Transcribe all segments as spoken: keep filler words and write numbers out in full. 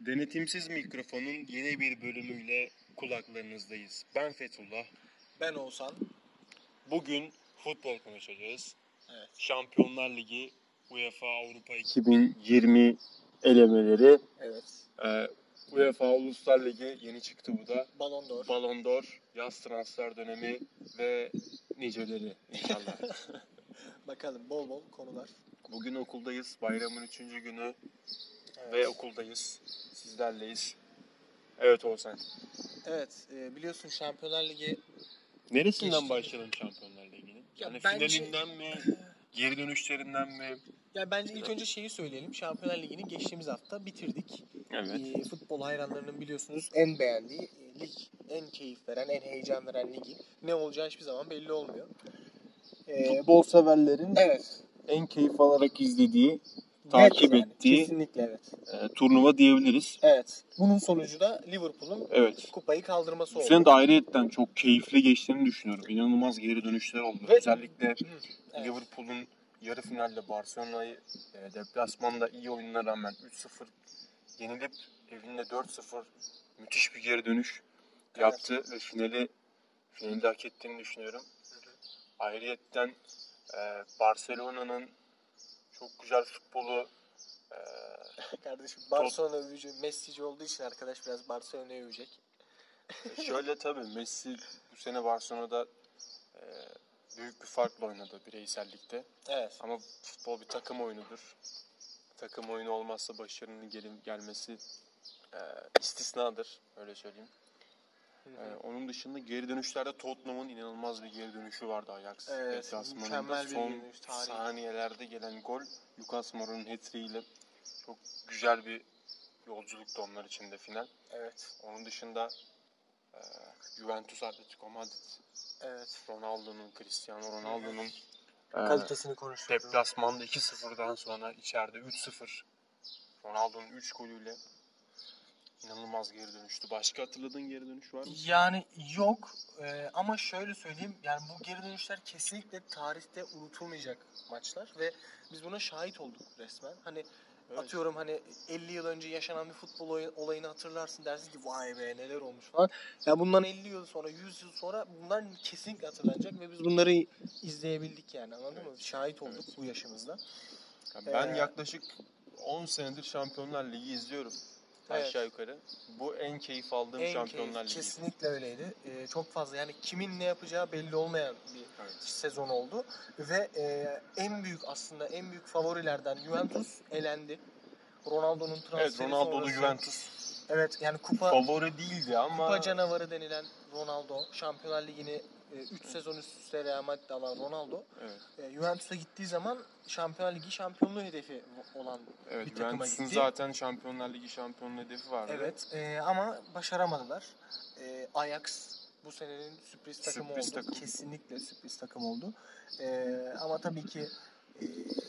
Denetimsiz mikrofonun yeni bir bölümüyle kulaklarınızdayız. Ben Fethullah. Ben Oğuzhan. Bugün futbol konuşacağız. Evet. Şampiyonlar Ligi UEFA Avrupa iki bin yirmi elemeleri. Evet. Ee, UEFA Uluslar Ligi yeni çıktı bu da. Ballon d'Or. Ballon d'Or, yaz transfer dönemi ve niceleri inşallah. Bakalım bol bol konular. Bugün okuldayız. Bayramın üçüncü günü Evet. ve okuldayız. Sizlerleyiz. Evet Oğuzhan. Evet e, biliyorsun Şampiyonlar Ligi Neresinden Geçti. başlayalım Şampiyonlar Ligi'nin? Yani bence- finalinden mi, geri dönüşlerinden mi? ya bence ilk önce şeyi söyleyelim. Şampiyonlar Ligi'ni geçtiğimiz hafta bitirdik. Evet. E, futbol hayranlarının biliyorsunuz en beğendiği e, lig, en keyif veren, en heyecan veren ligi. Ne olacağı hiçbir zaman belli olmuyor. E, Futbol severlerin evet. en keyif alarak izlediği, takip Net yani, ettiği kesinlikle evet. e, turnuva diyebiliriz. Evet. Bunun sonucu da Liverpool'un Evet. kupayı kaldırması Bu oldu. sene de ayrıyetten çok keyifli geçtiğini düşünüyorum. İnanılmaz geri dönüşler oldu. Ve- Özellikle Evet. Liverpool'un yarı finalde Barcelona'yı e, deplasmanda iyi oyununa rağmen üç sıfır yenilip evinde dört sıfır müthiş bir geri dönüş yaptı ve finali finalde hak ettiğini düşünüyorum. Ayrıyetten e, Barcelona'nın çok güzel futbolu e, Kardeşim Barcelona övücü, Messi'ci olduğu için arkadaş biraz Barcelona'yı övecek. şöyle tabii Messi bu sene Barcelona'da e, büyük bir farkla oynadı bireysellikte. Evet. Ama futbol bir takım oyunudur. Takım oyunu olmazsa başarının gel- gelmesi e, istisnadır. Öyle söyleyeyim. E, onun dışında geri dönüşlerde Tottenham'ın inanılmaz bir geri dönüşü vardı Ajax Evet, deplasmanında. mükemmel bir Son geri dönüş, tarihi. saniyelerde gelen gol Lucas Moura'nın hat-trick'iyle çok güzel bir yolculuktu onlar için de final. Evet. Onun dışında e, Juventus Atletico Madrid, Evet. Ronaldo'nun, Cristiano Ronaldo'nun e, Kalitesini konuştuk. deplasmanda iki sıfırdan sonra içeride üç sıfır Ronaldo'nun üç golüyle inanılmaz geri dönüştü. Başka hatırladığın geri dönüş var mı? Yani yok Ee, ama şöyle söyleyeyim, yani bu geri dönüşler kesinlikle tarihte unutulmayacak maçlar ve biz buna şahit olduk resmen. Hani Evet. atıyorum hani elli yıl önce yaşanan bir futbol oy- olayını hatırlarsın, dersin ki vay be neler olmuş falan. Ya bundan elli yıl sonra, yüz yıl sonra bunlar kesinlikle hatırlanacak ve biz bunları izleyebildik yani, anladın Evet. mı? Şahit olduk Evet. bu yaşımızda. Ya ben Ee, yaklaşık on senedir Şampiyonlar Ligi izliyorum. Evet. Aşağı yukarı. Bu en keyif aldığım En Şampiyonlar keyif, Ligi. kesinlikle öyleydi. Ee, çok fazla yani kimin ne yapacağı belli olmayan bir Evet. sezon oldu. Ve e, en büyük aslında en büyük favorilerden Juventus elendi. Ronaldo'nun transferi Evet, Ronaldo'lu sonrası. Juventus Evet yani kupa favori değildi ama kupa canavarı denilen Ronaldo, Şampiyonlar Ligi'ni üç sezon üst üste Real Madrid'de alan Ronaldo, evet. e, Juventus'a gittiği zaman Şampiyonlar Ligi şampiyonluğu hedefi olan Evet, bir takıma Juventus'un gitti. zaten Şampiyonlar Ligi şampiyonluğu hedefi vardı. Evet e, ama başaramadılar. E, Ajax bu senenin sürpriz takımı Sürpriz oldu. takım. Kesinlikle sürpriz takım oldu. E, ama tabii ki e,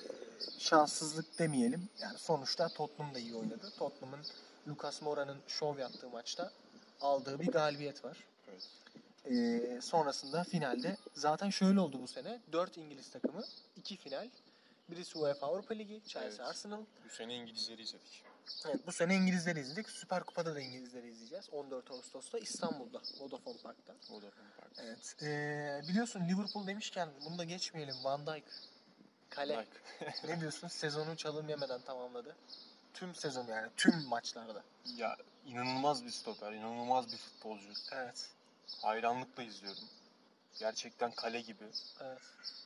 şanssızlık demeyelim. Yani sonuçta Tottenham da iyi oynadı. Tottenham'ın Lucas Moura'nın şov yaptığı maçta aldığı bir galibiyet var. Evet. E, sonrasında finalde zaten şöyle oldu bu sene. dört İngiliz takımı, iki final. Birisi UEFA Avrupa Ligi, Chelsea, Evet. Arsenal. Bu sene İngilizleri izledik. Evet, bu sene İngilizleri izledik. Süper Kupa'da da İngilizleri izleyeceğiz. on dört Ağustos'ta İstanbul'da, Vodafone Park'ta. Vodafone Park. Evet. Ee, biliyorsun Liverpool demişken bunu da geçmeyelim. Van Dijk. Kale. Like. Ne diyorsun? Sezonu çalım yemeden tamamladı. Tüm sezonu yani. Tüm maçlarda. Ya inanılmaz bir stoper, inanılmaz bir futbolcu. Evet. Hayranlıkla izliyorum. Gerçekten kale gibi. Evet.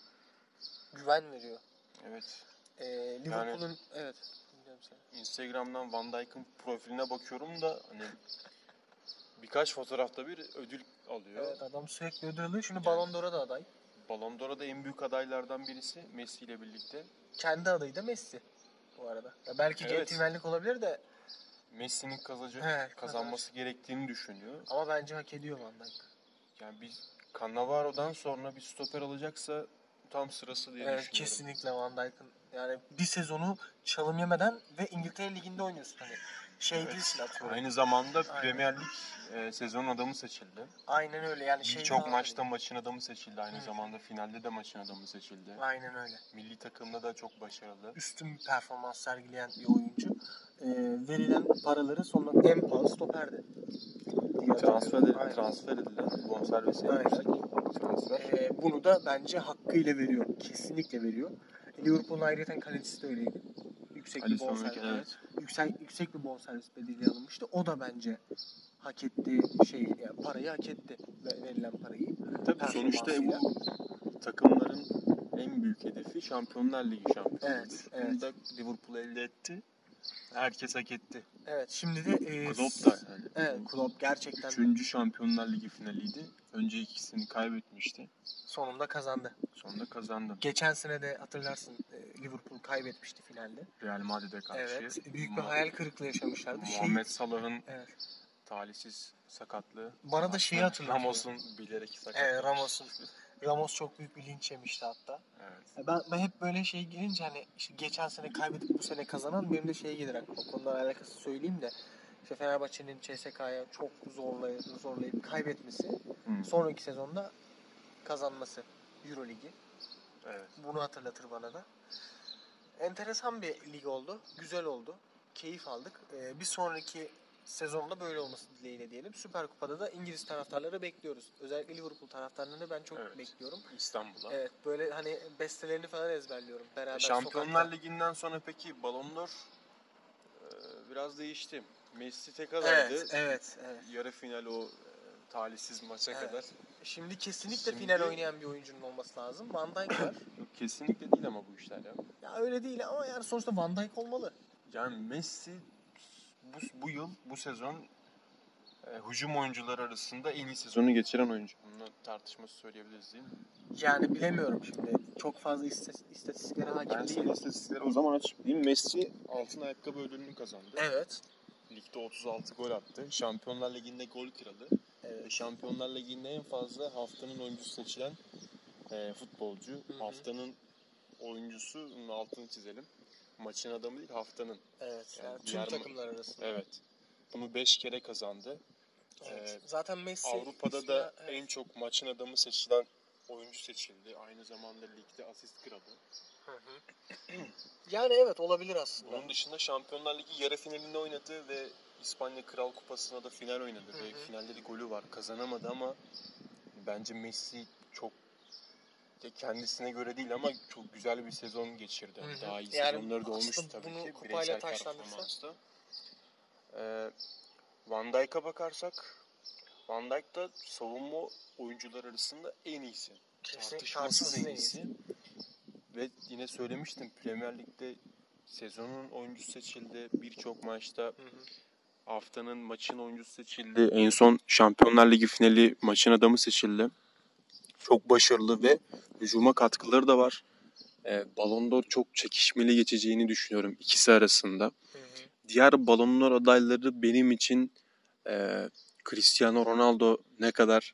Güven veriyor. Evet. Ee, Liverpool'un... Yani... Evet. Dinliyorum seni. Instagram'dan Van Dijk'ın profiline bakıyorum da hani birkaç fotoğrafta bir ödül alıyor. Evet, adam sürekli ödül alıyor. Şimdi Yani, Ballon d'Or'a da aday. Ballon d'Or'a da en büyük adaylardan birisi Messi ile birlikte. Kendi adayı da Messi bu arada. Ya belki Evet. centilmenlik olabilir de Messi'nin kazacı, evet, kazanması gerektiğini düşünüyor. Ama bence hak ediyor Van Dijk. Yani bir Cannavaro'dan sonra bir stoper alacaksa tam sırası diye Evet, düşünüyorum. kesinlikle Van Dijk'ın yani bir sezonu çalım yemeden ve İngiltere Ligi'nde oynuyorsun hani. Şey Evet. değilsin atıyorum. Aynı zamanda Aynen. Premier Lig e, sezon adamı seçildi. Aynen öyle yani şey Birçok daha maçta öyle. maçın adamı seçildi. Aynı Hı. zamanda finalde de maçın adamı seçildi. Aynen öyle. Milli takımda da çok başarılı. Üstün bir performans sergileyen bir oyuncu. Ee, verilen paraları sonunda en pahalı stoperdi. diye Transfer, hatırlıyorum. Aynen. transfer edilen bonservisi en Aynen. yüksek transfer. Ee, bunu da bence hakkıyla veriyor. Kesinlikle veriyor. Liverpool'un ayrıca kalecisi de öyleydi. Yüksek bir Alisson bonservis. Becker, evet. Yüksek, yüksek bir bonservis bedeli alınmıştı. O da bence hak etti şey yani parayı hak etti ve verilen parayı. Tabii sonuçta Performansıyla. bu takımların en büyük hedefi Şampiyonlar Ligi şampiyonluğudur. Evet, evet. Bunu da Liverpool elde etti. Herkes hak etti. Evet şimdi de e, Klopp da yani. evet Klopp gerçekten Üçüncü Şampiyonlar Ligi finaliydi. Önce ikisini kaybetmişti. sonunda kazandı. Sonunda kazandı. Geçen sene de hatırlarsın e, Liverpool kaybetmişti finalde. Real Madrid'e karşı. Evet. Büyük bir Mu- hayal kırıklığı yaşamışlardı. Şey, Muhammed Salah'ın evet. talihsiz sakatlığı. Bana da şeyi Aslında hatırlatıyor. Ramos'un bilerek sakatlamış. Evet, Ramos'un. Ramos çok büyük bir linç yemişti hatta. Evet. Ben, ben hep böyle şey gelince hani işte geçen sene kaybedip bu sene kazanan benim de şeye gelir aklıma. O konuda alakası söyleyeyim de işte Fenerbahçe'nin C S K'ya çok zorlayıp, zorlayıp kaybetmesi, Hmm. sonraki sezonda kazanması Euroligi. Evet. Bunu hatırlatır bana da. Enteresan bir lig oldu. Güzel oldu. Keyif aldık. Ee, bir sonraki sezonda böyle olması dileğiyle diyelim. Süper Kupa'da da İngiliz taraftarları bekliyoruz. Özellikle Liverpool taraftarlarını ben çok Evet. bekliyorum. İstanbul'a. Evet, böyle hani bestelerini falan ezberliyorum. Beraber Şampiyonlar sokakta. Ligi'nden sonra peki Ballon d'Or e, biraz değişti. Messi tek adaydı. Evet, evet, evet. Yarı final o e, talihsiz maça Evet. kadar. Şimdi kesinlikle Şimdi- final oynayan bir oyuncunun olması lazım. Van Dijk var. Yok, kesinlikle değil ama bu işler ya. Ya öyle değil ama yani sonuçta Van Dijk olmalı. Yani Messi bu, bu yıl, bu sezon e, hücum oyuncuları arasında en iyi sezonu geçiren oyuncu. Bununla tartışması söyleyebiliriz değil mi? Yani bilemiyorum şimdi. Çok fazla istas- istatistiklere hakim Ben değilim. sana istatistikleri o zaman açıklayayım. Messi altın ayakkabı ödülünü kazandı. Evet. Ligde otuz altı gol attı. Şampiyonlar Ligi'nde gol kralı. Evet. Ve Şampiyonlar Ligi'nde en fazla haftanın oyuncusu seçilen e, futbolcu. Hı hı. Haftanın oyuncusunun altını çizelim. Maçın adamı değil, haftanın. Evet. Yani Yani tüm diğer- takımlar arasında. Evet. Bunu beş kere kazandı. Evet. Ee, Zaten Messi Avrupa'da ismine- da evet. en çok maçın adamı seçilen oyuncu seçildi. Aynı zamanda ligde asist kralı. Hı hı. Yani evet olabilir aslında. Bunun dışında Şampiyonlar Ligi yarı finalinde oynadı ve İspanya Kral Kupası'na da final oynadı. Hı Ve hı. finalde de golü var. Kazanamadı ama bence Messi çok ya kendisine göre değil ama çok güzel bir sezon geçirdi. Hı hı. Daha iyi Yani sezonları da olmuş aslında tabii bunu ki. kupayla Bireysel taçlandırsa- performansta. Ee, Van Dijk'a bakarsak Van Dijk da savunma oyuncular arasında en iyisi. Kesin Tartışmasız en en iyisi. Ve yine söylemiştim Premier Lig'de sezonun oyuncusu seçildi. Birçok maçta Hı hı. haftanın maçın oyuncusu seçildi. En son Şampiyonlar Ligi finali maçın adamı seçildi. Çok başarılı ve hücuma katkıları da var. Ee, Ballon d'Or çok çekişmeli geçeceğini düşünüyorum ikisi arasında. Hı hı. Diğer Ballon d'Or adayları benim için e, Cristiano Ronaldo ne kadar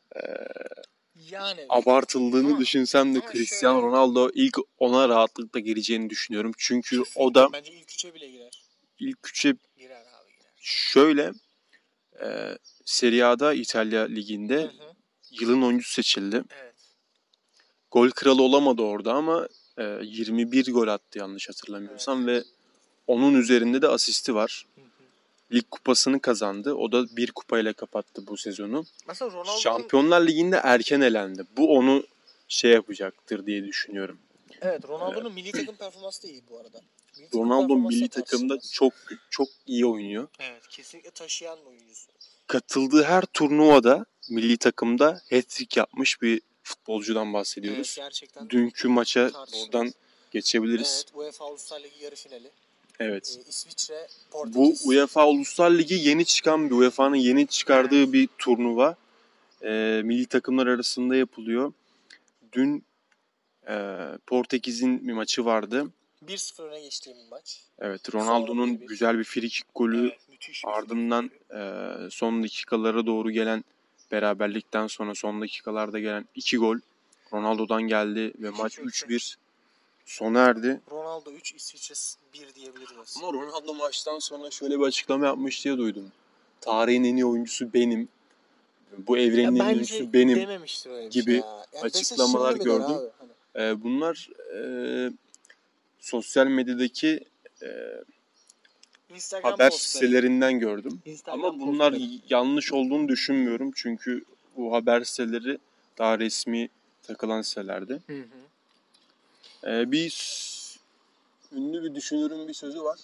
Yani abartıldığını Ama- düşünsem de ama Cristiano şöyle- Ronaldo ilk ona rahatlıkla gireceğini düşünüyorum. Çünkü kesinlikle o da bence ilk üçe bile girer. ilk üçe Girer abi girer. şöyle e, Serie A'da İtalya Ligi'nde Hı hı. yılın oyuncusu seçildi. Evet. Gol kralı olamadı orada ama e, yirmi bir gol attı yanlış hatırlamıyorsam ve onun üzerinde de asisti var. Hı hı. Lig kupasını kazandı. O da bir kupayla kapattı bu sezonu. Mesela Ronaldo'nun Şampiyonlar Ligi'nde erken elendi. Bu onu şey yapacaktır diye düşünüyorum. Evet, Ronaldo'nun milli takım performansı da iyi bu arada. Milli takım Ronaldo performansı milli da takımda tartışılmaz. çok çok iyi oynuyor. Evet, kesinlikle taşıyan oyuncusu. Katıldığı her turnuvada milli takımda hat-trick yapmış bir futbolcudan Evet, bahsediyoruz. gerçekten. Dünkü maça tartışılmaz. buradan geçebiliriz. Evet, UEFA Uluslar Ligi yarı finali. Evet. Ee, İsviçre, Bu Portekiz. UEFA Uluslar Ligi yeni çıkan bir U E F A'nın yeni çıkardığı bir turnuva. Ee, milli takımlar arasında yapılıyor. Dün e, Portekiz'in bir maçı vardı. bir sıfır öne geçtiğim bir maç. Evet, Sonra Ronaldo'nun bir bir. güzel bir frikik golü, Evet, müthiş bir ardından e, son dakikalara doğru gelen beraberlikten sonra son dakikalarda gelen iki gol Ronaldo'dan geldi ve Hiç maç yoksa. üç bir sona erdi. Ronaldo üç, İsviçre bir diyebiliriz. Ama Ronaldo maçtan sonra şöyle bir açıklama yapmış diye duydum. Tarihin en iyi oyuncusu benim. Bu evrenin en iyi oyuncusu benim dememiştir öyle bir gibi şey ya. Yani açıklamalar dese şimdi mi der gördüm. abi? Hani. Ee, bunlar e, sosyal medyadaki e, Instagram haber postları. sitelerinden gördüm. Instagram Ama bunlar postları. yanlış olduğunu düşünmüyorum. Çünkü bu haber siteleri daha resmi takılan sitelerdi. Hı hı. Ee, bir s- ünlü bir düşünürün bir sözü var.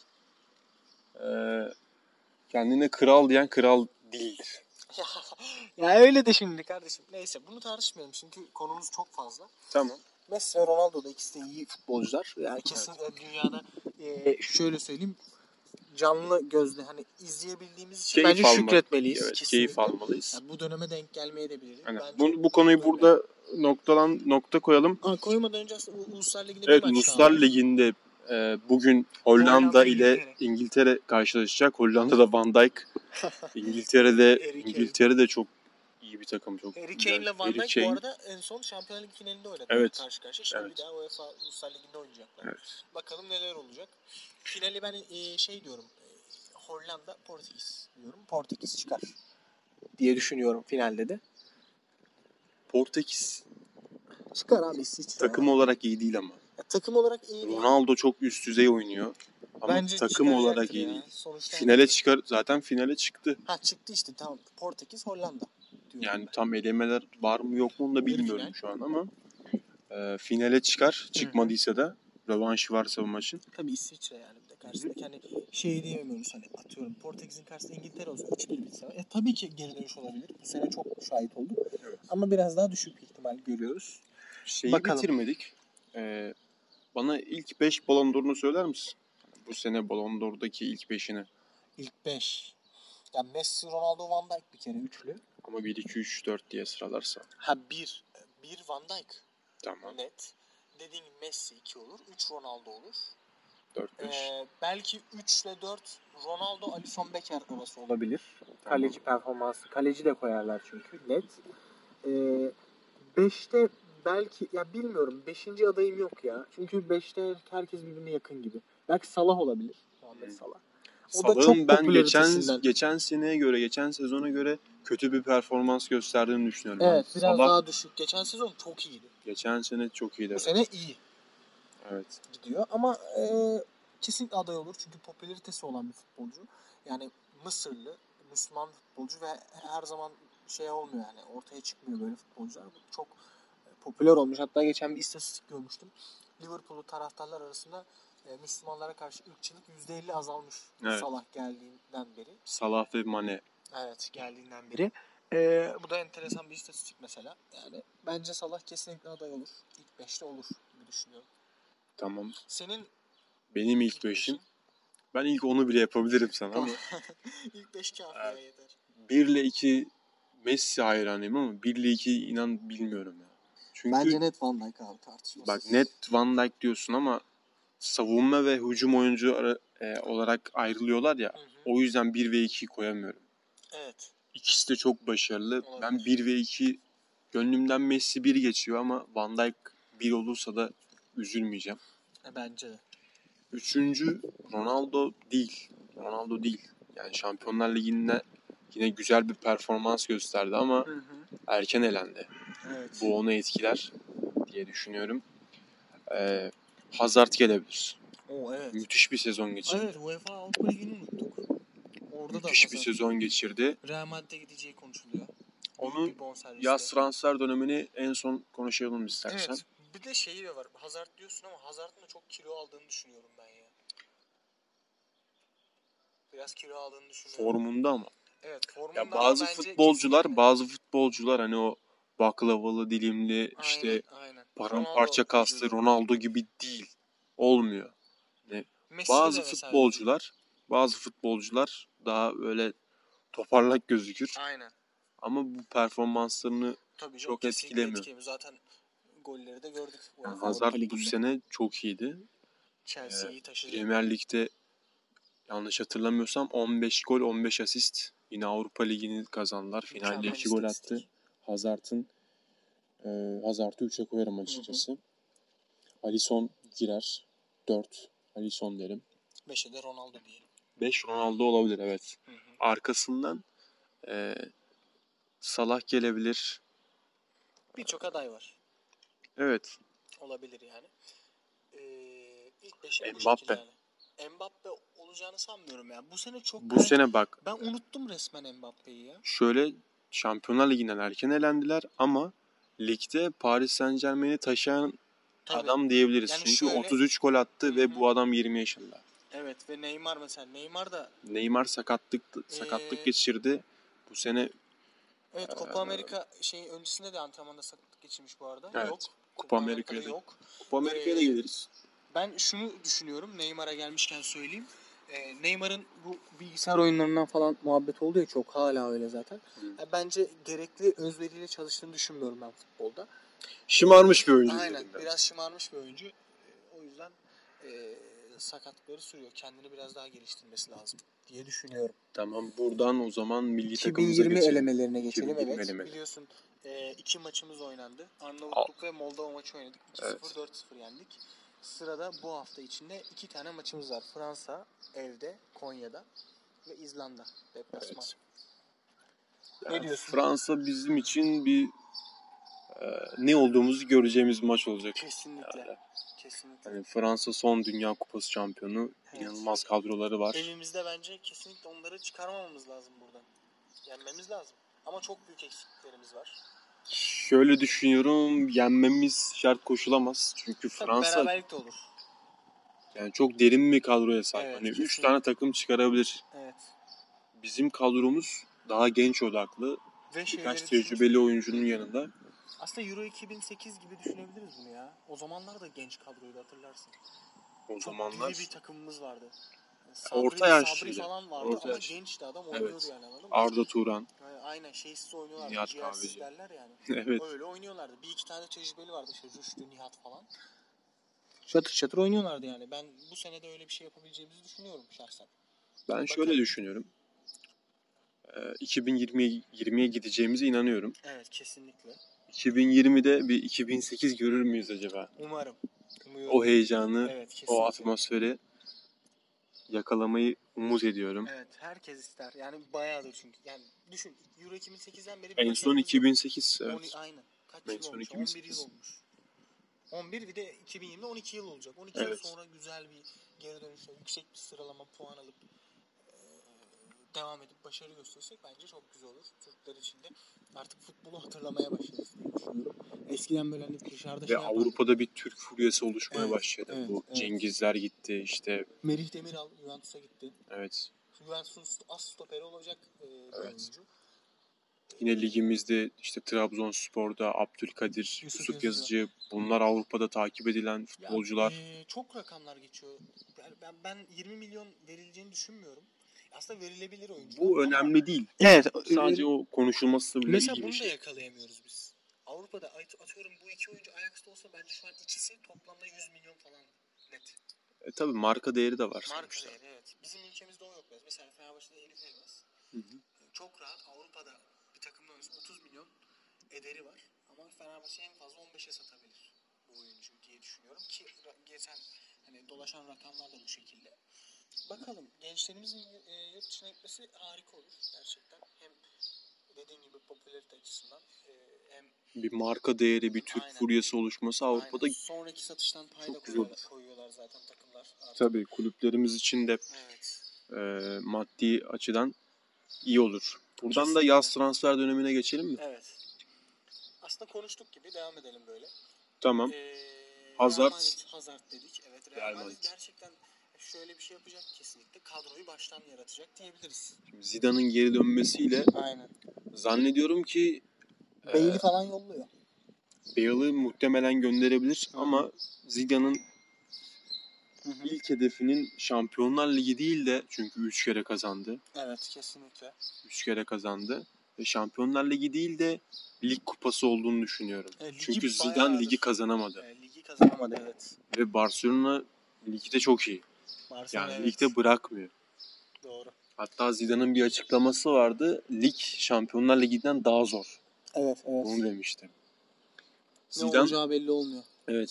Ee, kendine kral diyen kral değildir. Ya öyle de şimdi kardeşim. Neyse bunu tartışmayalım çünkü konumuz çok fazla. Tamam. Messi ve Ronaldo da ikisi de iyi futbolcular. Yani kesinlikle evet. Dünyada e, şöyle söyleyeyim canlı gözle hani izleyebildiğimiz için Keyif bence almak, şükretmeliyiz. evet, kesinlikle. keyif almalıyız. Yani bu döneme denk gelmeye de biliriz. Yani Bence bu, bu konuyu böyle. burada noktalan nokta koyalım. Aa, koymadan önce aslında Uluslar Ligi'nde Evet, bir maç Uluslar daha var. Ligi'nde e, bugün Hollanda, Hollanda, ile İngiltere. İngiltere karşılaşacak. Hollanda'da Van Dijk, İngiltere'de Harry Kane. İngiltere'de çok iyi bir takım, çok Harry güzel. Kane ile Van Harry Dijk Kane. bu arada en son Şampiyonlar Ligi finalinde oynadılar Evet. karşı karşıya. Şimdi Evet. bir daha UEFA Uluslar Ligi'nde oynayacaklar. Evet. Bakalım neler olacak. Finali ben e, şey diyorum. E, Hollanda, Portekiz diyorum. Portekiz çıkar diye düşünüyorum finalde de. Portekiz Çıkar abi İsviçre. takım olarak iyi değil ama. Ya, takım olarak iyi değil. Ronaldo çok üst düzey oynuyor. Ama Bence takım olarak çıkaracaktır iyi ya. değil. Sonuçta Finale hani- çıkar, zaten finale çıktı. Ha çıktı işte tamam. Portekiz, Hollanda diyorum Yani ben. tam elemeler var mı yok mu onu da Yarı bilmiyorum final. şu an ama e, finale çıkar. Çıkmadıysa da rövanşı varsa bu maçın. Tabii İsviçre yani bir de karşısındaki hani şey diyemiyoruz hani atıyorum Portekiz'in karşısında İngiltere olsa üç bir bitse. E tabii ki geri dönüş olabilir. Bu sene çok şahit olduk. Evet. Ama biraz daha düşük bir ihtimal görüyoruz. Şeyi Bakalım. bitirmedik. E, bana ilk beş Ballon d'Or'unu söyler misin? Bu sene Ballon d'Or'daki ilk beşini. İlk beş. Ya Messi, Ronaldo, Van Dijk bir kere üçlü. Ama bir, iki, üç, dört diye sıralarsa. Ha bir. bir Van Dijk. Tamam. Net. Dediğin gibi Messi iki olur. üç Ronaldo olur. dört beş. Ee, belki üç ile dört Ronaldo, Alisson Becker arası olabilir. Tamam. Kaleci performansı. Kaleci de koyarlar çünkü. Net. Ee, beşte belki ya bilmiyorum. beşinci adayım yok ya. Çünkü beşte herkes birbirine yakın gibi. Belki Salah olabilir. Muhammed Hmm. Salah. O da çok Salah'ın ben geçen popülaritesinden. geçen seneye göre, geçen sezona göre kötü bir performans gösterdiğini düşünüyorum. Evet, Ben. biraz Salah daha düşük. Geçen sezon çok iyiydi. geçen sene çok iyiydi. Bu Evet. sene iyi Evet. gidiyor ama e, kesinlikle aday olur çünkü popülaritesi olan bir futbolcu. Yani Mısırlı, Müslüman futbolcu ve her zaman şey olmuyor yani ortaya çıkmıyor böyle futbolcular. Bu çok popüler olmuş. Hatta geçen bir istatistik görmüştüm. Liverpool'lu taraftarlar arasında e, Müslümanlara karşı ırkçılık yüzde elli azalmış. Evet. Salah geldiğinden beri. Salah ve Mane. Evet, geldiğinden beri. E, bu da enteresan bir istatistik mesela. Yani bence Salah kesinlikle aday olur. İlk beşte olur gibi düşünüyorum. Tamam. Senin Benim ilk beşim. Ben ilk onu bile yapabilirim sana ama. İlk beş kafi ya yeter. bir ile iki Messi hayranıyım ama bir ile iki inan bilmiyorum ya. Çünkü Bence net Van Dijk abi tartışmasız. bak net Van Dijk diyorsun ama savunma ve hücum oyuncu ara, e, olarak ayrılıyorlar ya. Hı hı. O yüzden bir ve ikiyi koyamıyorum. Evet. İkisi de çok başarılı. Olabilir. Ben bir ve iki gönlümden Messi bir geçiyor ama Van Dijk bir olursa da üzülmeyeceğim. E, bence de. Üçüncü Ronaldo değil. Ronaldo değil. Yani Şampiyonlar Ligi'nde yine güzel bir performans gösterdi ama Hı hı. erken elendi. Evet. Bu onu etkiler diye düşünüyorum. Ee, Hazard gelebilir. Oo, evet. Müthiş bir sezon geçirdi. Evet, UEFA Avrupa Ligi'ni unuttuk. Orada Müthiş da bir Hazard sezon geçirdi. Real Madrid'e gideceği konuşuluyor. Onu Büyük bir bonservisle. yaz transfer dönemini en son konuşalım istersen. Evet. Bir de şeyi de var. Hazard diyorsun ama Hazard'ın da çok kilo aldığını düşünüyorum ben ya. Biraz kilo aldığını düşünüyorum. Formunda ama. Evet, formunda Ya ama bazı bence futbolcular, kesinlikle. bazı futbolcular hani o baklavalı, dilimli, Aynen, işte aynen. paramparça Ronaldo kaslı vücudu. Ronaldo gibi değil. Olmuyor. Yani Messi'de bazı de mesela futbolcular, bazı futbolcular daha böyle toparlak gözükür. aynen. Ama bu performanslarını Tabii canım, çok kesinlikle etkilemiyor. etkilemiyor. Zaten golleri de gördük. Yani UEFA Hazard Avrupa bu Ligi'nde. sene çok iyiydi. Chelsea'yi Ee, taşıdı. Premier Lig'de yanlış hatırlamıyorsam on beş gol on beş asist. Yine Avrupa Ligi'ni kazandılar. Finalde Mükemmel iki gol istatistik. attı. Hazard'ın e, Hazard'ı üçe koyarım açıkçası. Hı hı. Alisson girer. dört. Alisson derim. beşe de Ronaldo diyelim. beş Ronaldo olabilir, evet. Hı hı. Arkasından e, Salah gelebilir. Birçok aday var. Evet. Olabilir yani. Ee, ilk beşim bu Mbappe. şekilde yani. Mbappe olacağını sanmıyorum ya. Bu sene çok Bu erken- sene bak Ben unuttum resmen Mbappe'yi ya. şöyle Şampiyonlar Ligi'nden erken elendiler ama ligde Paris Saint-Germain'i taşıyan Tabii. adam diyebiliriz. Yani Çünkü şöyle- otuz üç gol attı Hı ve hı. bu adam yirmi yaşında. Evet ve Neymar mesela. Neymar da Neymar sakatlık sakatlık Ee, geçirdi. Bu sene evet Copa Amerika şey öncesinde de antrenmanda sakatlık geçirmiş bu arada. Evet. Yok. Copa Amerika'da Amerika'ya da- yok. Copa Amerika'ya da Ee, geliriz. Ben şunu düşünüyorum. Neymar'a gelmişken söyleyeyim. Ee, Neymar'ın bu bilgisayar oyunlarından falan muhabbet oldu ya çok. Hala öyle zaten. Hı. Ya bence gerekli özveriyle çalıştığını düşünmüyorum ben futbolda. Şımarmış bir oyuncu. Aynen. dedim ben. Biraz şımarmış bir oyuncu. Ee, o yüzden e, sakatlıkları sürüyor. Kendini biraz daha geliştirmesi lazım diye düşünüyorum. Tamam, buradan o zaman milli iki bin takımımıza yirmi geçelim. elemelerine geçelim. iki bin yirmi Evet. elemeleri. Biliyorsun e, iki maçımız oynandı. Arnavutluk ve Moldova maçı oynadık. iki sıfır Evet. dört sıfır yendik. Sırada bu hafta içinde iki tane maçımız var. Fransa evde, Konya'da ve İzlanda deplasman. Evet. Ne Yani diyorsun? Fransa bizim için bir e, ne olduğumuzu göreceğimiz bir maç olacak. Kesinlikle. Yani, Kesinlikle. yani Fransa son Dünya Kupası şampiyonu. Evet. İnanılmaz kadroları var. Evimizde bence kesinlikle onları çıkarmamamız lazım buradan. Yenmemiz lazım. Ama çok büyük eksikliklerimiz var. Şöyle düşünüyorum, yenmemiz şart koşulamaz. Çünkü Tabii Fransa beraberlik de olur. yani çok derin bir kadroya sahip. Evet, hani üç kesinlikle. tane takım çıkarabilir. Evet. Bizim kadromuz daha genç odaklı. Ve Birkaç şeyleri tecrübeli oyuncunun yanında. Aslında Euro iki bin sekiz gibi düşünebiliriz bunu ya. O zamanlar da genç kadroydu hatırlarsın. O Çok zamanlar diri bir takımımız vardı. Yani Sabri, orta yaşlıydı. Sabri falan vardı Orta ama yaş- gençti adam oynuyordu Evet. yani anladın mı? Arda Turan. Yani aynen şeysiz oynuyorlardı. Nihat Ciğersiz Kahveci. derler yani. Evet. Öyle oynuyorlardı. Bir iki tane tecrübeli vardı işte Rüştü, Nihat falan. Çatır çatır oynuyorlardı yani. Ben bu sene de öyle bir şey yapabileceğimizi düşünüyorum şahsen. Ben şöyle Bakalım. düşünüyorum. Ee, iki bin yirmiye yirmiye gideceğimize inanıyorum. Evet kesinlikle. iki bin yirmide bir iki bin sekiz görür müyüz acaba? Umarım. Umuyorum. O heyecanı, Evet kesinlikle. o atmosferi yakalamayı umut ediyorum. Evet herkes ister. Yani bayağıdır çünkü. Yani düşün Euro iki bin sekizden beri bir En son başarımız iki bin sekiz. yok. Evet. On, aynen. Kaç En yıl son olmuş? iki bin on bir sekiz. yıl olmuş. on bir bir de iki bin yirmide on iki yıl olacak. on iki Evet. yıl sonra güzel bir geri dönüşle yüksek bir sıralama puan alıp e, devam edip başarı gösterirsek bence çok güzel olur. Türkler için de artık futbolu hatırlamaya başlarız diye düşünüyorum. Eskiden böyle hani dışarıda Ve şey yapardık. Avrupa'da bir Türk furyası oluşmaya Evet, başladı. evet, Bu evet. Cengizler gitti işte. Merih Demiral Juventus'a gitti. Evet. Juventus'un as stoperi olacak e, bir Evet. oyuncu. Yine ligimizde işte Trabzonspor'da Abdülkadir, Yusuf Yusuf, Yazıcı. Yazıcı. Bunlar Avrupa'da takip edilen futbolcular. Ya, e, çok rakamlar geçiyor. Yani ben, ben yirmi milyon verileceğini düşünmüyorum. Aslında verilebilir oyuncular. Bu ama- önemli değil. Evet. Sadece o konuşulması bile Mesela iyi bir bunu da şey. yakalayamıyoruz biz. Avrupa'da at- atıyorum bu iki oyuncu Ajax'ta olsa bence şu an ikisi toplamda yüz milyon falan net. E, tabii marka değeri de var Marka sonuçta. değeri evet. Bizim ülkemizde o yok biraz. Mesela Fenerbahçe'de Elif Elmas. Hı hı. Çok rahat Avrupa'da bir takımda oynasa otuz milyon ederi var. Ama Fenerbahçe en fazla on beşe satabilir bu oyuncu diye düşünüyorum ki ra- geçen hani dolaşan rakamlar da bu şekilde. Bakalım gençlerimizin e, yurt dışına gitmesi harika olur gerçekten. Hem dediğin gibi popülarite açısından e, hem Bir marka değeri, bir Türk Aynen. furyası oluşması Avrupa'da aynen, sonraki satıştan pay da çok güzel koyuyorlar, olur. koyuyorlar zaten takımlar artık. tabii kulüplerimiz için de Evet. e, maddi açıdan iyi olur. Buradan da Kesinlikle. yaz transfer dönemine geçelim mi? Evet. Aslında konuştuk gibi devam edelim böyle. Tamam. Ee, Hazard. Real Madrid, Hazard dedik. Evet, Real, Real Madrid Madrid. gerçekten şöyle bir şey yapacak kesinlikle. Kadroyu baştan yaratacak diyebiliriz. Şimdi Zidane'ın geri dönmesiyle Aynen. zannediyorum ki Bale'i falan yolluyor. Bale'ı muhtemelen gönderebilir Hı. ama Zidane'ın Hı hı. ilk hedefinin Şampiyonlar Ligi değil de çünkü üç kere kazandı. Evet, kesinlikle. üç kere kazandı. Ve Şampiyonlar Ligi değil de lig kupası olduğunu düşünüyorum. E, ligi Çünkü Zidane bayağıdır- ligi kazanamadı. E, ligi kazanamadı evet. Ve Barcelona ligde çok iyi. Barcelona Yani evet. ligde bırakmıyor. Doğru. Hatta Zidane'ın bir açıklaması vardı. Lig Şampiyonlar Ligi'nden daha zor. Evet, evet. Bunu demişti. Ne Zidane, olacağı belli olmuyor. evet.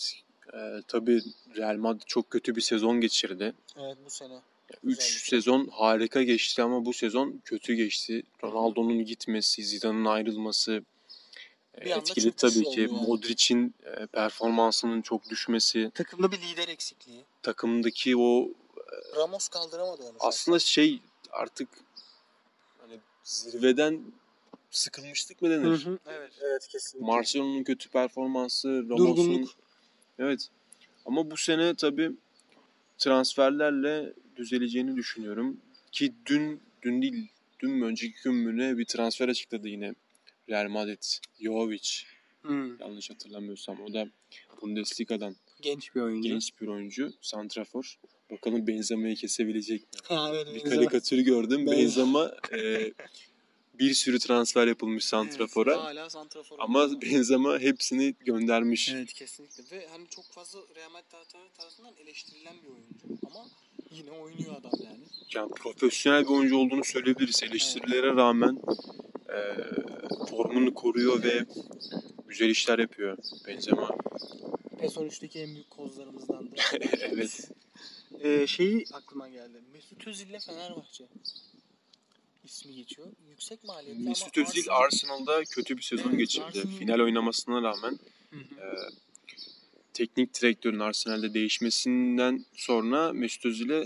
Ee, tabii Real Madrid çok kötü bir sezon geçirdi. Evet, bu sene. üç Özellikle. sezon harika geçti ama bu sezon kötü geçti. Ronaldo'nun gitmesi, Zidane'ın ayrılması e, Bir anda etkili çöküş tabii oldu ki. yani. Modric'in e, performansının çok düşmesi, Takımda bir lider eksikliği. takımdaki o Ramos kaldıramadı onu. aslında şey artık hani zirveden sıkılmıştık mı denir? Hı hı. Evet, evet kesinlikle. Marcelo'nun kötü performansı, Ramos'un Durgunluk. evet. Ama bu sene tabii transferlerle düzeleceğini düşünüyorum. Ki dün dün değil, dün mü önceki gün mü ne bir transfer açıkladı yine Real Madrid. Jovic. Hmm. Yanlış hatırlamıyorsam. O da Bundesliga'dan Genç bir oyuncu. genç bir oyuncu. Santrafor. Bakalım Benzema'yı kesebilecek mi? Ha, evet, Bir Benzema. karikatür gördüm. Benzema. Benzema e, bir sürü transfer yapılmış Santrafor'a. Evet, hala Santrafor. Ama Benzema hepsini göndermiş. Evet, kesinlikle. Ve hani çok fazla Real Madrid taraftarı tarafından eleştirilen bir oyuncu. Ama yine oynuyor adam yani. Yani profesyonel bir oyuncu olduğunu söyleyebiliriz. Eleştirilere Evet. rağmen e, formunu koruyor ve güzel işler yapıyor Benzema. PES on üçteki en büyük kozlarımızdan da. Evet. Ee, şeyi aklıma geldi. Mesut Özil ile Fenerbahçe ismi geçiyor. Yüksek maliyetli Mesut ama Özil Arsenal... Arsenal'da kötü bir sezon Evet, geçirdi. Arsenal- Final oynamasına rağmen Hı hı. e, teknik direktörün Arsenal'de değişmesinden sonra Mesut Özil'e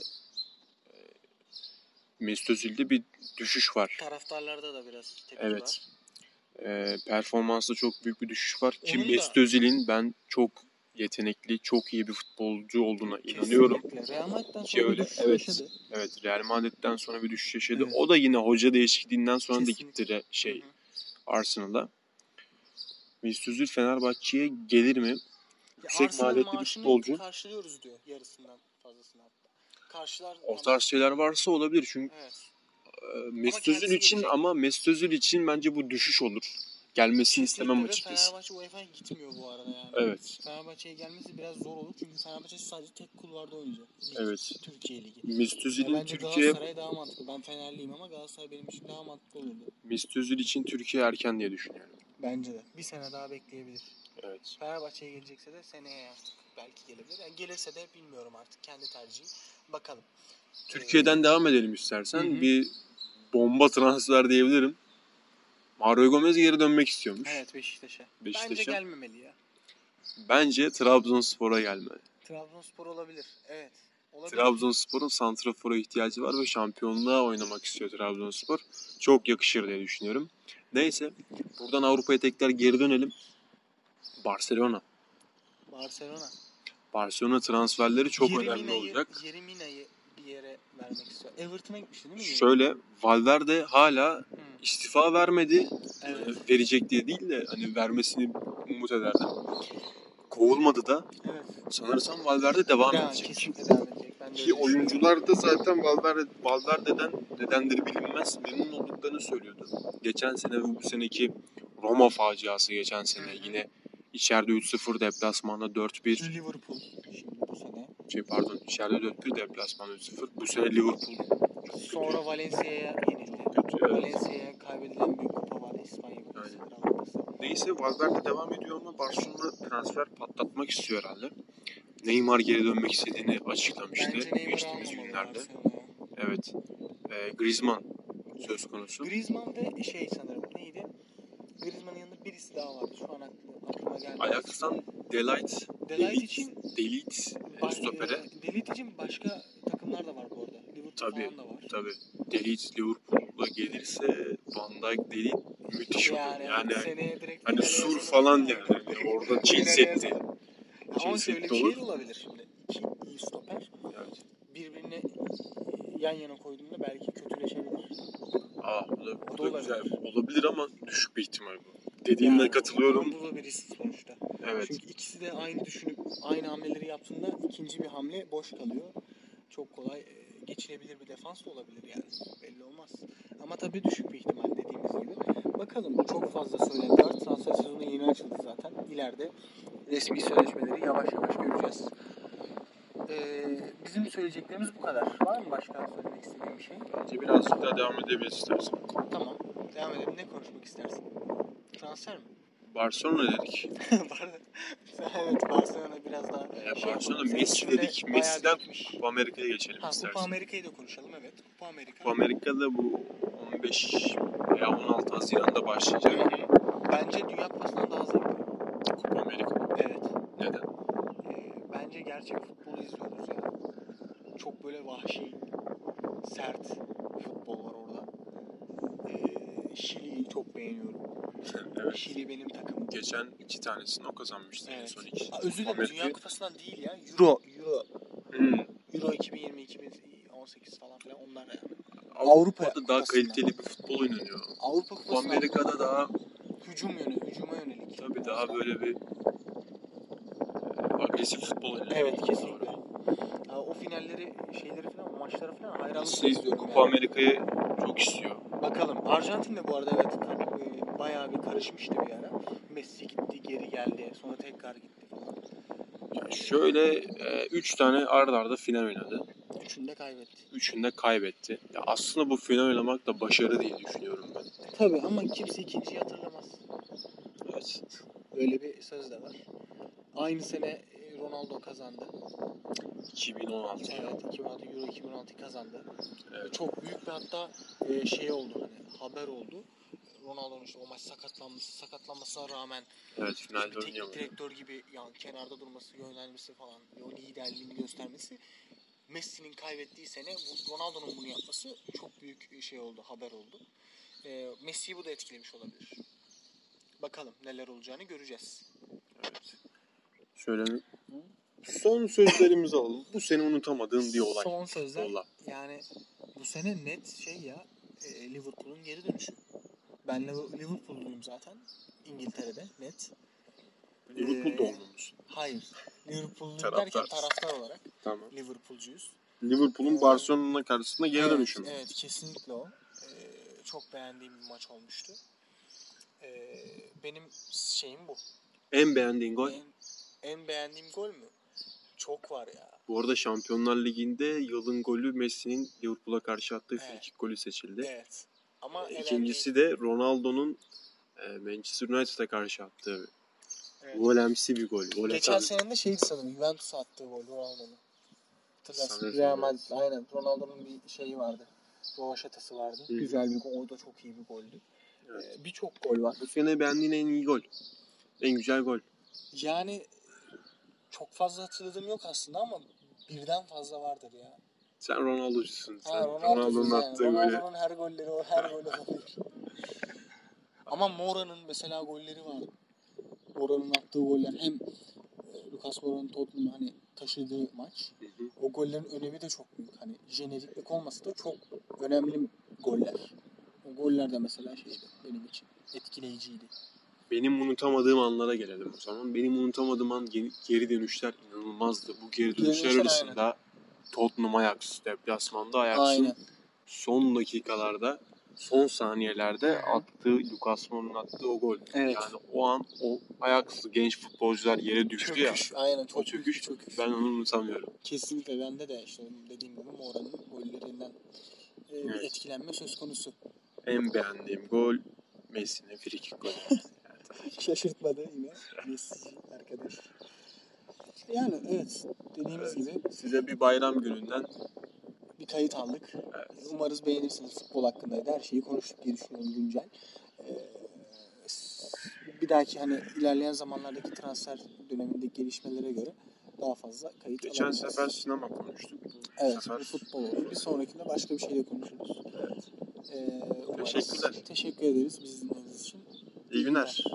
Mesut Özil'de bir düşüş var. Taraftarlarda da biraz tepki Evet. var. E, performansta çok büyük bir düşüş var. Ki Onun da- Mesut Özil'in ben çok yetenekli, çok iyi bir futbolcu olduğuna inanıyorum. Kesinlikle. Real Madrid'den Ki sonra öyle. bir düşüş Evet. yaşadı. Evet. Real Madrid'den sonra bir düşüş yaşadı. Evet. O da yine hoca değişikliğinden sonra da Kesinlikle. gitti re- şey Hı hı. Arsenal'a. Mesut Özil Fenerbahçe'ye gelir mi? Ya Yüksek Arsenal maliyetli bir maaşını futbolcu. karşılıyoruz diyor, yarısından fazlasını hatta. Karşılar. O tarz şeyler varsa olabilir. Çünkü Evet. e, Mesut kendisi Özil için gelecek. ama Mesut Özil için bence bu düşüş olur. Gelmesini istemem Kesinlikle ve açıkçası. Fenerbahçe U E F A'ya gitmiyor bu arada yani. Evet. Fenerbahçe'ye gelmesi biraz zor olur çünkü Fenerbahçe sadece tek kulvarda oynayacak. Lig, Evet. Türkiye Ligi. Mesut Ya Özil'in bence Türkiye Galatasaray daha mantıklı. Ben Fenerliyim ama Galatasaray benim için daha mantıklı olurdu. Mesut Özil için Türkiye erken diye düşünüyorum. Bence de. Bir sene daha bekleyebilir. Evet. Fenerbahçe'ye gelecekse de seneye artık belki gelebilir. Yani gelirse de bilmiyorum artık. Kendi tercihi. Bakalım. Türkiye'den devam edelim istersen. Hı hı. Bir bomba transfer diyebilirim. Mario Gomez geri dönmek istiyormuş. Evet, Beşiktaş'a. Bence Beşiktaş'a. gelmemeli ya. Bence Trabzonspor'a gelmeli. Trabzonspor olabilir. Evet. Olabilir. Trabzonspor'un santrafora ihtiyacı var ve şampiyonluğa oynamak istiyor Trabzonspor. Çok yakışır diye düşünüyorum. Neyse, buradan Avrupa'ya tekrar geri dönelim. Barcelona. Barcelona. Barcelona transferleri çok Yeri önemli Mina'yı- olacak. Yeri Mina'yı bir yere vermek istiyor. Everton'a gitmişti değil mi? Yeri? Şöyle, Valverde hala Hı. istifa vermedi. Evet. Ee, verecek diye değil de hani vermesini umut ederdim. Kovulmadı da. Evet. Sanırsam Valverde devam Devam, edecek. kesinlikle devam edecek. Ben de Ki öyle düşünüyorum. oyuncular da zaten Valverde, Valverde'den nedenleri bilinmez memnun olduklarını söylüyordu. Geçen sene ve bu seneki Roma faciası geçen sene Hı hı. yine içeride üç sıfır deplasmanda dört bir Liverpool şimdi bu sene. şey pardon içeride dört bir deplasmanda üç sıfır. Bu sene Liverpool çok Sonra kötü. Valencia'ya yenildi. Kötü, evet. Valencia'ya kaybedilen bir kupa var, İspanya Kupası. Aynen. Kral Kupası. Neyse Valverde devam ediyor ama Barcelona transfer patlatmak istiyor herhalde. Neymar geri dönmek istediğini açıklamıştı Bence Neymar'ı geçtiğimiz almamalı günlerde. Barcelona'ya. Evet. Ee, Griezmann söz konusu. Griezmann ve şey sanırım neydi? Griezmann'ın yanında birisi daha vardı. Şu an aklı, aklıma geldi. Ajax'tan Delight, Delight için Delit Ba- stopere. e, Delit için başka takımlar da var bu arada. Liverpool Tabii, falan da var. tabii. Delit Liverpool'la gelirse Van Dijk Delit müthiş olur. Yani, Yani seneye direkt hani finale sur yazalım. falan yani. Yani orada Çin Finale setti. yazalım. Ama Çin şöyle bir setti şey olur. de olabilir şimdi. İki iyi stoper Evet. birbirine yan yana koyduğunda belki kötüleşebilir. Aa, bu da, O bu da da olabilir. güzel. Olabilir ama düşük bir ihtimal bu. Dediğine Yani, katılıyorum. Ama bu da bir risk sonuçta. Evet. Çünkü ikisi de aynı düşünüp aynı hamleleri yaptığında ikinci bir hamle boş kalıyor. Çok kolay e, geçilebilir bir defans da olabilir yani. Belli olmaz. Ama tabii düşük bir ihtimal dediğimiz gibi. Bakalım, çok fazla söylenti var. Transfer sezonu yeni açıldı zaten. İleride resmi sözleşmeleri yavaş yavaş göreceğiz. Ee, bizim söyleyeceklerimiz bu kadar. Var mı başka söylemek istediğin bir şey? Bence birazcık daha devam edebiliriz istersen. Tamam. Devam edelim. Ne konuşmak istersin? Transfer mi? Barcelona dedik. evet, Barcelona biraz daha Ya şey Barcelona yapalım. Messi Senin dedik. içinde bayağı Messi'den birikmiş. Copa Amerika'ya geçelim Ha, istersen. Kupa Amerika'yı da konuşalım, evet. Kupa Amerika. Copa Amerika'da bu on beş veya on altı Haziran'da başlayacak. Hı hı. Bence Dünya Kupası'ndan daha zevkli. Copa Amerika. Evet. Neden? Ee, bence gerçek futbolu izliyoruz ya. Çok böyle vahşi, sert futbol var orada. Ee, Şili'yi çok beğeniyorum. Evet. Şili benim takımım. Geçen iki tanesini o kazanmıştı en Evet. son iki. Aa, özür Copa dilerim, Dünya Amerika'yı- Kupası'ndan değil ya. Euro. Euro. Hmm. Euro iki bin yirmi iki bin on sekiz falan filan onlar yani. Avrupa'da Avrupa daha Kupası'ndan. kaliteli bir futbol oynanıyor. Avrupa Copa Kupası'ndan Amerika'da daha hücum yönü, hücuma yönelik. tabii daha böyle bir e, agresif futbol oynanıyor. Evet, kesinlikle. Ya, o finalleri, şeyleri falan, o maçları falan hayranlıkla Messi izliyorum Copa yani. Amerika'yı çok istiyor. Bakalım. Arjantin de bu arada evet e, bayağı bir karışmıştı bir ara. Messi gitti, geri geldi, sonra tekrar gitti falan. Yani şöyle e, üç tane arda arda final oynadı. Üçünü de kaybetti. Üçünde kaybetti. Ya aslında bu final oynamak da başarı diye düşünüyorum ben. Tabii ama kimse ikinciyi hatırlamaz. Evet. Öyle bir söz de var. Aynı sene e, Ronaldo kazandı. iki bin on altı. Evet, iki bin on altı Euro iki bin on altı kazandı. Evet. Çok büyük bir hatta e, şey oldu, hani haber oldu. Ronaldo'nun işte o maç sakatlanması, sakatlanmasına rağmen Evet, işte finalde bir teknik oynayamadı. direktör gibi yani kenarda durması, yönlendirmesi falan, o liderliğini göstermesi, Messi'nin kaybettiği sene bu, Ronaldo'nun bunu yapması çok büyük şey oldu, haber oldu. E, Messi'yi bu da etkilemiş olabilir. Bakalım neler olacağını göreceğiz. Evet. Şöyle son sözlerimizi alalım. Bu sene unutamadığın bir olay. Son sözler. Futbolla. Yani bu sene net şey ya, e, Liverpool'un geri dönüşü. Ben Liv- Liverpool'luyum zaten. İngiltere'de net. Liverpool Ee, doğumlu musun? Hayır. Liverpool'luyum Taraftar. derken taraftar olarak Tamam. Liverpool'cuyuz. Liverpool'un Ee, Barcelona karşısında geri evet, dönüşü mü? evet, kesinlikle o. Ee, çok beğendiğim bir maç olmuştu. Ee, benim şeyim bu. En beğendiğin gol? En, en beğendiğim gol mü? Çok var ya. Bu arada Şampiyonlar Ligi'nde yılın golü Messi'nin Liverpool'a karşı attığı Evet. frikik golü seçildi. Evet. Ama İkincisi de Ronaldo'nun e, Manchester United'a karşı attığı evet. golemsi bir gol. Gol Geçen atan- sene de şeydi sanırım, Juventus'a attığı gol Ronaldo'nun. Hatırlarsın. Sanırsam Real Madrid, evet. aynen. Ronaldo'nun bir şeyi vardı. Rovaşatası vardı. Hı. Güzel bir gol. O da çok iyi bir goldü. Evet. Ee, Birçok gol var. Bu sene beğendiğin en iyi gol. En güzel gol. Yani çok fazla hatırladığım yok aslında ama birden fazla vardır ya. Sen Ronaldo'cusun. Sen Ha, Ronaldo'nun yani. attığı golü. Ronaldo'nun her golleri, o her golü olabilir. Ama Moura'nın mesela golleri var. Moura'nın attığı goller hem e, Lucas Moura'nın Tottenham'ı hani taşıdığı maç. Hı hı. O gollerin önemi de çok büyük. Hani jeneriklik olmasa da çok önemli goller. O goller de mesela şeydi benim için. Etkileyiciydi. Benim unutamadığım anlara gelelim o zaman. Benim unutamadığım an geri, geri dönüşler inanılmazdı. Bu geri dönüşler Dönüşler arasında Tottenham Ajax deplasmanda Ajax'ın Aynen. son dakikalarda, son saniyelerde Hı hı. attığı, Lucas Moura'nın attığı o gol. Evet. Yani o an o Ajax'lı genç futbolcular yere düştü Çöküş. ya. Aynen. O Çok büyük bir çöküş. çöküş. Ben onu unutamıyorum. Kesinlikle bende de işte dediğim gibi Moura'nın gollerinden e, bir Evet. etkilenme söz konusu. En beğendiğim gol Messi'nin frikik golü. Yani tabii ki. Şaşırtmadı yine Messi arkadaş. Yani evet dediğimiz Evet. gibi Size bir bayram gününden bir kayıt aldık. evet. Umarız beğenirsiniz. Futbol hakkındaydı. Her şeyi konuştuk diye düşünüyorum güncel. Ee, bir dahaki hani ilerleyen zamanlardaki transfer dönemindeki gelişmelere göre daha fazla kayıt Geçen alabiliriz. sefer sinema konuştuk. Bu Evet, sefer bu futbol olur. Bir sonrakinde başka bir şeyle konuşuruz. evet. Ee, umarız. Teşekkürler. Teşekkür ederiz bizi dinlediğiniz için. İyi günler.